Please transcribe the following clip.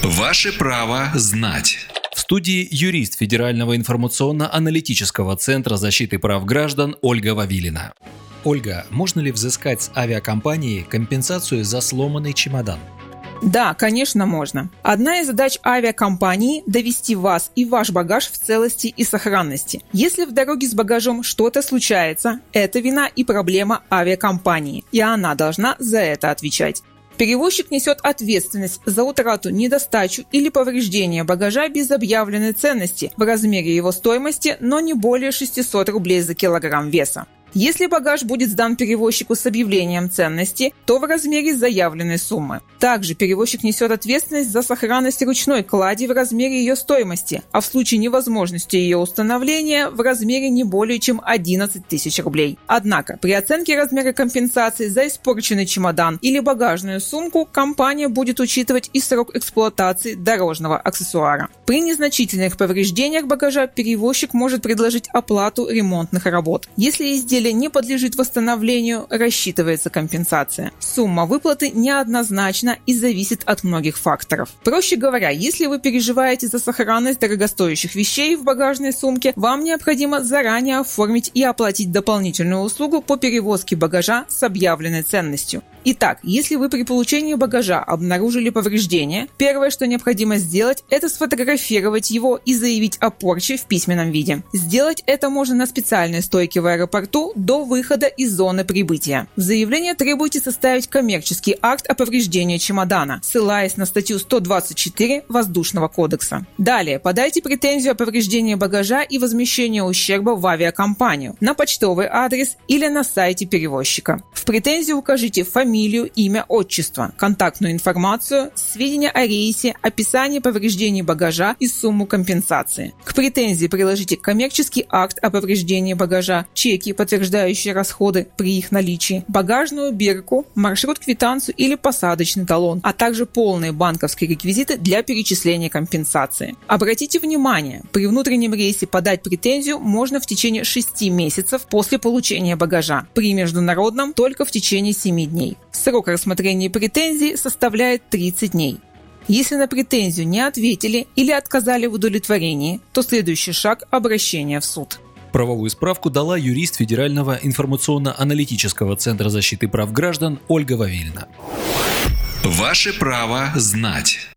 Ваше право знать. В студии юрист Федерального информационно-аналитического центра защиты прав граждан Ольга Вавилина. Ольга, можно ли взыскать с авиакомпании компенсацию за сломанный чемодан? Да, конечно, можно. Одна из задач авиакомпании – довести вас и ваш багаж в целости и сохранности. Если в дороге с багажом что-то случается, это вина и проблема авиакомпании, и она должна за это отвечать. Перевозчик несет ответственность за утрату, недостачу или повреждение багажа без объявленной ценности в размере его стоимости, но не более 600 рублей за килограмм веса. Если багаж будет сдан перевозчику с объявлением ценности, то в размере заявленной суммы. Также перевозчик несет ответственность за сохранность ручной клади в размере ее стоимости, а в случае невозможности ее установления в размере не более чем 11 тысяч рублей. Однако при оценке размера компенсации за испорченный чемодан или багажную сумку компания будет учитывать и срок эксплуатации дорожного аксессуара. При незначительных повреждениях багажа перевозчик может предложить оплату ремонтных работ. Если изделие не подлежит восстановлению, рассчитывается компенсация. Сумма выплаты неоднозначна и зависит от многих факторов. Проще говоря, если вы переживаете за сохранность дорогостоящих вещей в багажной сумке, вам необходимо заранее оформить и оплатить дополнительную услугу по перевозке багажа с объявленной ценностью. Итак, если вы при получении багажа обнаружили повреждение, первое, что необходимо сделать, это сфотографировать его и заявить о порче в письменном виде. Сделать это можно на специальной стойке в аэропорту до выхода из зоны прибытия. В заявлении требуйте составить коммерческий акт о повреждении чемодана, ссылаясь на статью 124 Воздушного кодекса. Далее, подайте претензию о повреждении багажа и возмещении ущерба в авиакомпанию на почтовый адрес или на сайте перевозчика. В претензии укажите фамилию, имя, отчество, контактную информацию, сведения о рейсе, описание повреждений багажа и сумму компенсации. К претензии приложите коммерческий акт о повреждении багажа, чеки, подтверждающие расходы при их наличии, багажную бирку, маршрут-квитанцию или посадочный талон, а также полные банковские реквизиты для перечисления компенсации. Обратите внимание, при внутреннем рейсе подать претензию можно в течение 6 месяцев после получения багажа, при международном только в течение 7 дней. Срок рассмотрения претензий составляет 30 дней. Если на претензию не ответили или отказали в удовлетворении, то следующий шаг – обращение в суд. Правовую справку дала юрист Федерального информационно-аналитического центра защиты прав граждан Ольга Вавилина. Ваше право знать.